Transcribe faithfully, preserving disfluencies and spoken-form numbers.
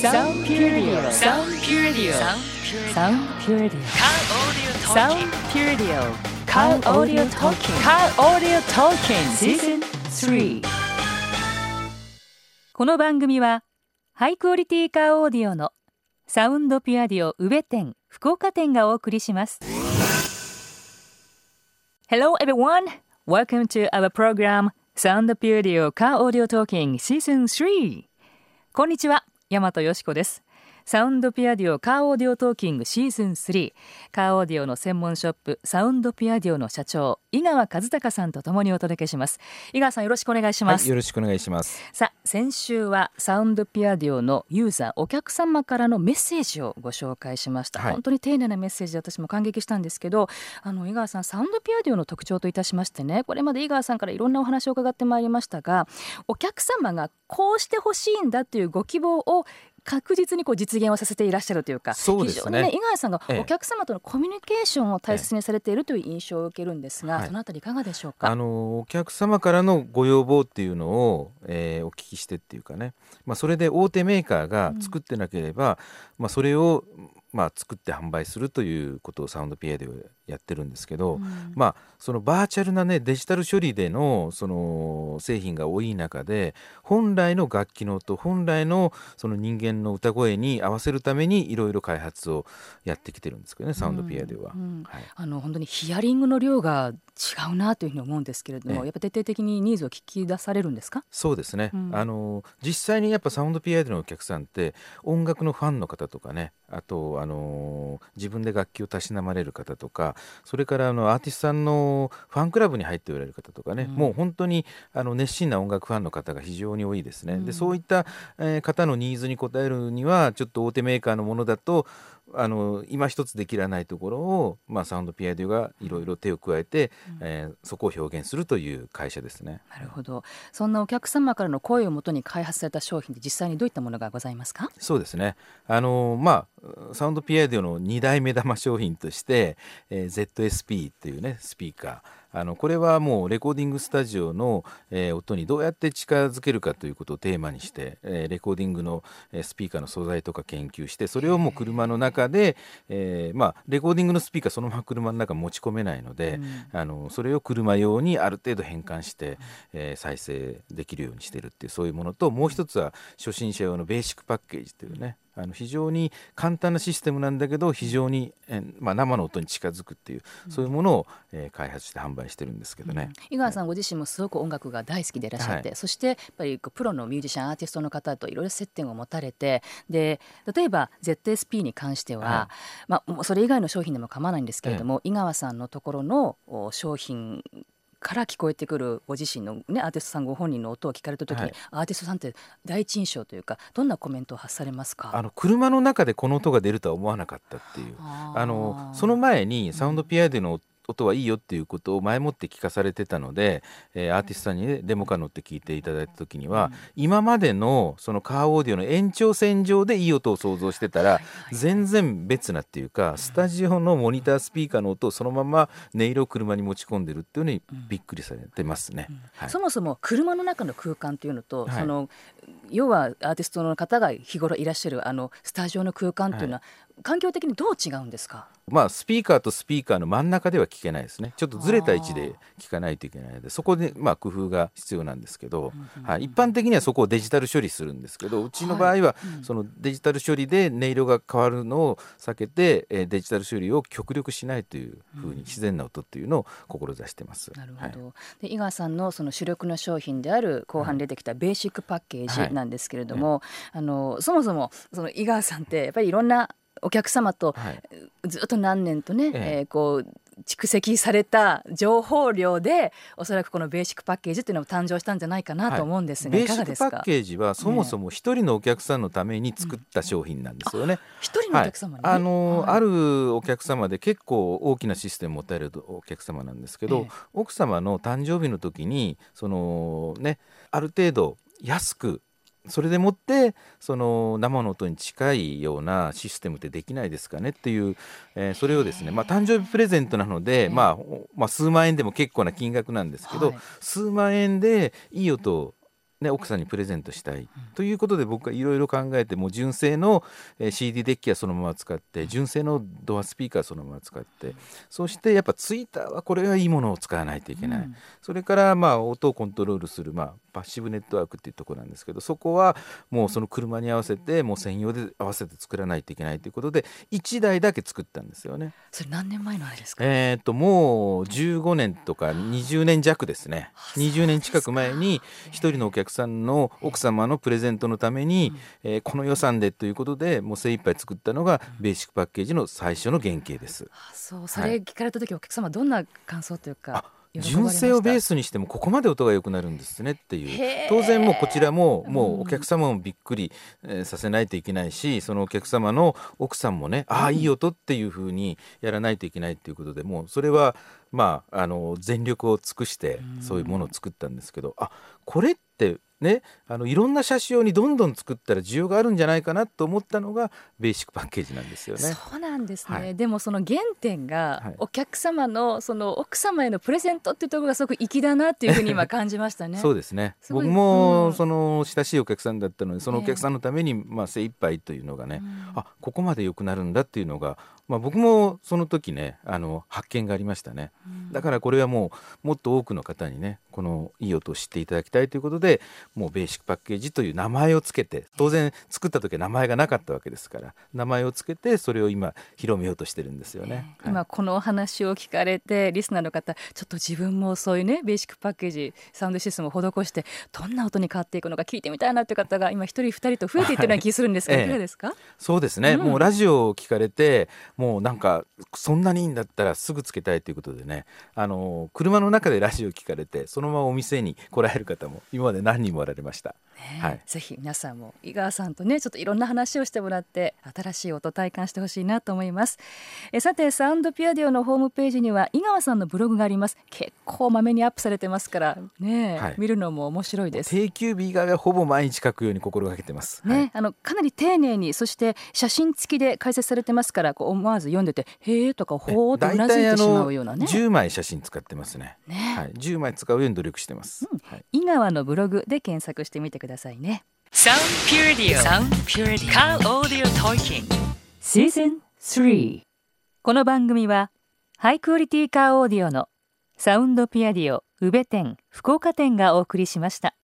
Sound Pure Radio. Sound Pure Radio. Sound Pure Radio. Sound Pure Radio. Car Audio Talking. Car Audio Talking Season スリー。この番組はハイクオリティカーオーディオのサウンドピュアディオ宇部店福岡店がお送りします。Hello everyone. Welcome to our program Sound Pure Audio Car Audio Talking Season スリー。こんにちは、大和よしこです。サウンドピュアディオカーオーディオトーキングシーズンスリー、カーオーディオの専門ショップサウンドピュアディオの社長井川和孝さんとともにお届けします。井川さん、よろしくお願いします。 はい、よろしくお願いします。 さあ、先週はサウンドピュアディオのユーザーお客様からのメッセージをご紹介しました、はい、本当に丁寧なメッセージで私も感激したんですけど、あの井川さん、サウンドピュアディオの特徴といたしましてね、これまで井川さんからいろんなお話を伺ってまいりましたが、お客様がこうしてほしいんだというご希望を確実にこう実現をさせていらっしゃるというか、 そうですね、 非常にね、井川さんがお客様とのコミュニケーションを大切にされているという印象を受けるんですが、 ええ、 そのあたりいかがでしょうか。 あのお客様からのご要望っていうのを、えー、お聞きしてっていうかね、まあ、それで大手メーカーが作ってなければ、うんまあ、それをまあ、作って販売するということをサウンドピュアでやってるんですけど、うんまあ、そのバーチャルな、ね、デジタル処理での、その製品が多い中で、本来の楽器の音、本来のその人間の歌声に合わせるためにいろいろ開発をやってきてるんですけどね、サウンドピュアでは、うんうんはい、 あの本当にヒアリングの量が違うなというふうに思うんですけれども、やっぱ徹底的にニーズを聞き出されるんですか。 そうですね、うん、あの実際にやっぱサウンドピュアでのお客さんって音楽のファンの方とかね、あとあの自分で楽器をたしなまれる方とか、それからあのアーティストさんのファンクラブに入っておられる方とかね、うん、もう本当にあの熱心な音楽ファンの方が非常に多いですね、うん、でそういった、えー、方のニーズに応えるにはちょっと大手メーカーのものだとあの今一つできらないところを、まあ、サウンドピュアディオがいろいろ手を加えて、うんえー、そこを表現するという会社ですね。 なるほど。そんなお客様からの声をもとに開発された商品で実際にどういったものがございますか。 そうですね、あのまあ、サウンドピュアディオのに大目玉商品として、えー、ゼットエスピー というねスピーカー、あのこれはもうレコーディングスタジオの、えー、音にどうやって近づけるかということをテーマにして、えー、レコーディングの、えー、スピーカーの素材とか研究して、それをもう車の中で、えーまあ、レコーディングのスピーカーそのまま車の中持ち込めないので、うん、あのそれを車用にある程度変換して、えー、再生できるようにしてるっていう、そういうものと、もう一つは初心者用のベーシックパッケージというね、あの非常に簡単なシステムなんだけど非常に、えーまあ、生の音に近づくっていう、そういうものを、えー、開発して販売してるんですけどね、 うん、井川さんご自身もすごく音楽が大好きでいらっしゃって、はい、そしてやっぱりプロのミュージシャンアーティストの方といろいろ接点を持たれて、で例えば ゼットエスピー に関しては、はいまあ、それ以外の商品でも構わないんですけれども、ええ、井川さんのところの商品から聞こえてくるご自身の、ね、アーティストさんご本人の音を聞かれた時に、はい、アーティストさんって第一印象というかどんなコメントを発されますか。 あの車の中でこの音が出るとは思わなかったっていう、ああのその前にサウンドピュアでの音はいいよっていうことを前もって聞かされてたので、えー、アーティストさんに、ね、デモカ乗って聞いていただいた時には、うん、今までのそのカーオーディオの延長線上でいい音を想像してたら、全然別なっていうか、スタジオのモニタースピーカーの音をそのまま音色を車に持ち込んでるっていうのにびっくりされてますね、うんうんはい、そもそも車の中の空間っていうのと、 はい、 その要はアーティストの方が日頃いらっしゃるあのスタジオの空間っていうのは、はい、環境的にどう違うんですか。 まあ、スピーカーとスピーカーの真ん中では聞けないですね。ちょっとずれた位置で聞かないといけないので、そこでまあ工夫が必要なんですけど、うんうんはい、一般的にはそこをデジタル処理するんですけど、うちの場合はそのデジタル処理で音色が変わるのを避けて、えー、デジタル処理を極力しないというふうに自然な音っていうのを志してます。 なるほど、はい、で井川さんのその主力の商品である後半出てきたベーシックパッケージなんですけれども、はい、あのそもそもその井川さんってやっぱりいろんなお客様とずっと何年とね、はいえー、こう蓄積された情報量でおそらくこのベーシックパッケージっていうのも誕生したんじゃないかなと思うんですが、はい、いかがですか。 ベーシックパッケージはそもそも一人のお客さんのために作った商品なんですよね。 一、うん、人のお客様に、 はい、あの、はい、あるお客様で結構大きなシステムを持たれるお客様なんですけど、ええ、奥様の誕生日の時にその、ね、ある程度安くそれでもってその生の音に近いようなシステムってできないですかねっていう、えー、それをですね、まあ、誕生日プレゼントなので、まあまあ、数万円でも結構な金額なんですけど、はい、数万円でいい音をね、奥さんにプレゼントしたいということで、僕はいろいろ考えて、もう純正の シーディー デッキはそのまま使って、純正のドアスピーカーそのまま使って、そしてやっぱツイッターはこれはいいものを使わないといけない、うん、それからまあ音をコントロールする、まあ、パッシブネットワークっていうところなんですけど、そこはもうその車に合わせてもう専用で合わせて作らないといけないということでいちだいだけ作ったんですよね。 それ何年前のあれですか？ えー、ともうじゅうごねんとかにじゅうねん弱ですね。にじゅうねん近く前に一人のお客さんの奥様のプレゼントのために、えー、この予算でということでもう精一杯作ったのがベーシックパッケージの最初の原型です。 あ、そう、それ聞かれた時、はい、お客様どんな感想というか、 純正をベースにしてもここまで音が良くなるんですねっていう、当然もうこちらももうお客様もびっくり、えー、させないといけないし、そのお客様の奥さんもね、ああいい音っていう風にやらないといけないっていうことで、もうそれはまああの全力を尽くしてそういうものを作ったんですけど、あ、これってね、あのいろんな車種用にどんどん作ったら需要があるんじゃないかなと思ったのがベーシックパッケージなんですよね。 そうなんですね、 はい、 でもその原点が、 はい、 お客様のその奥様へのプレゼントっていうところがすごく粋だなっていうふうに今感じましたね。 そうですね。僕もその親しいお客さんだったので、そのお客さんのためにまあ精一杯というのがね、うん、あ、ここまで良くなるんだっていうのが、まあ、僕もその時ね、あの発見がありましたね、うん、だからこれはもうもっと多くの方にね、このいい音を知っていただきたいということで、もうベーシックパッケージという名前をつけて、当然作った時は名前がなかったわけですから、名前をつけてそれを今広めようとしてるんですよね、 えー、今このお話を聞かれてリスナーの方、ちょっと自分もそういうねベーシックパッケージサウンドシステムを施してどんな音に変わっていくのか聞いてみたいなという方が今一人二人と増えていってるような気するんですけど、はい、いかがですか？ええ、そうですね、うん、もうラジオを聞かれて、もうなんかそんなにいいんだったらすぐつけたいということでね、あの車の中でラジオを聞かれてそのままお店に来られる方も今まで何人もおられました、 ね、 はい、 ぜひ皆さんも井川さんとねちょっといろんな話をしてもらって新しい音体感してほしいなと思います。えさて、サウンドピアディオのホームページには井川さんのブログがあります。結構まめにアップされてますからね、はい、見るのも面白いです。 定休日以外はほぼ毎日書くように心がけてます、 ね、 はい、 あのかなり丁寧に、そして写真付きで解説されてますから、こう思わず読んでてへーとかほーとうなずいてしまうようなね。 じゅうまい写真使ってます ね, ね、はい、じゅうまい使うように努力してます、 うん、 はい、 井川のブログで検索してみてくださいね。 サウンドピューディオ、サウンドピューディオ、カーオーディオトーキングシーズンスリー。この番組はハイクオリティカーオーディオのサウンドピアディオ宇部店福岡店がお送りしました。